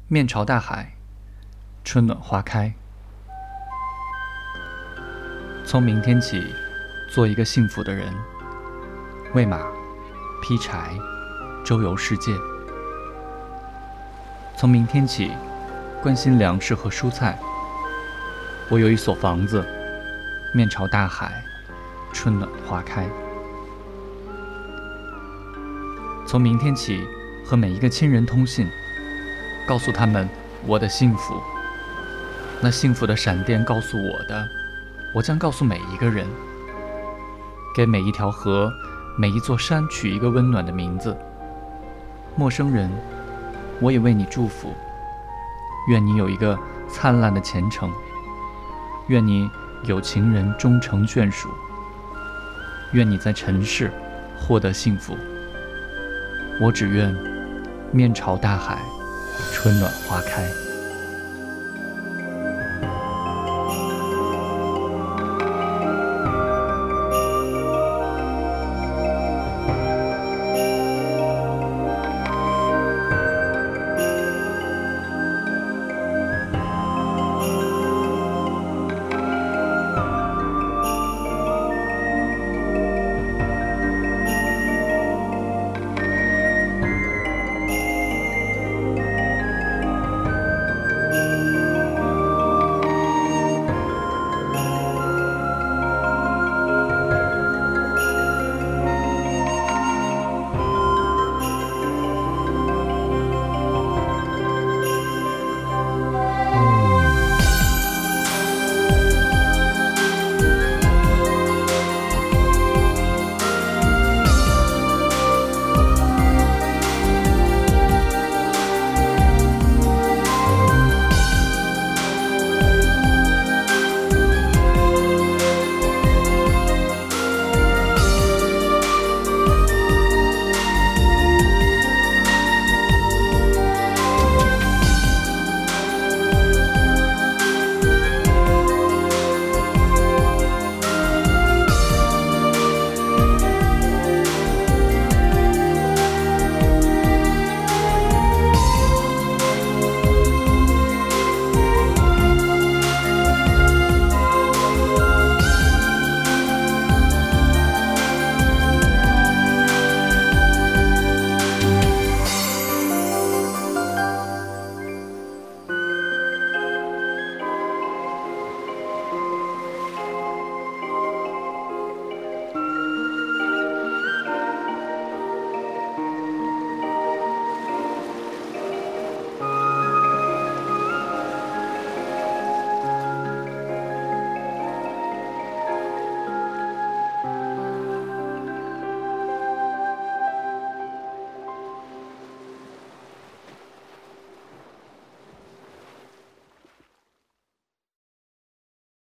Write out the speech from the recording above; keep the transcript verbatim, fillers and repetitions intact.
面朝大海，春暖花开。从明天起，做一个幸福的人，喂马，劈柴，周游世界。从明天起，关心粮食和蔬菜。我有一所房子，面朝大海，春暖花开。从明天起，和每一个亲人通信，告诉他们我的幸福。那幸福的闪电告诉我的，我将告诉每一个人。给每一条河，每一座山取一个温暖的名字。陌生人，我也为你祝福。愿你有一个灿烂的前程，愿你有情人终成眷属，愿你在尘世获得幸福。我只愿面朝大海，春暖花开。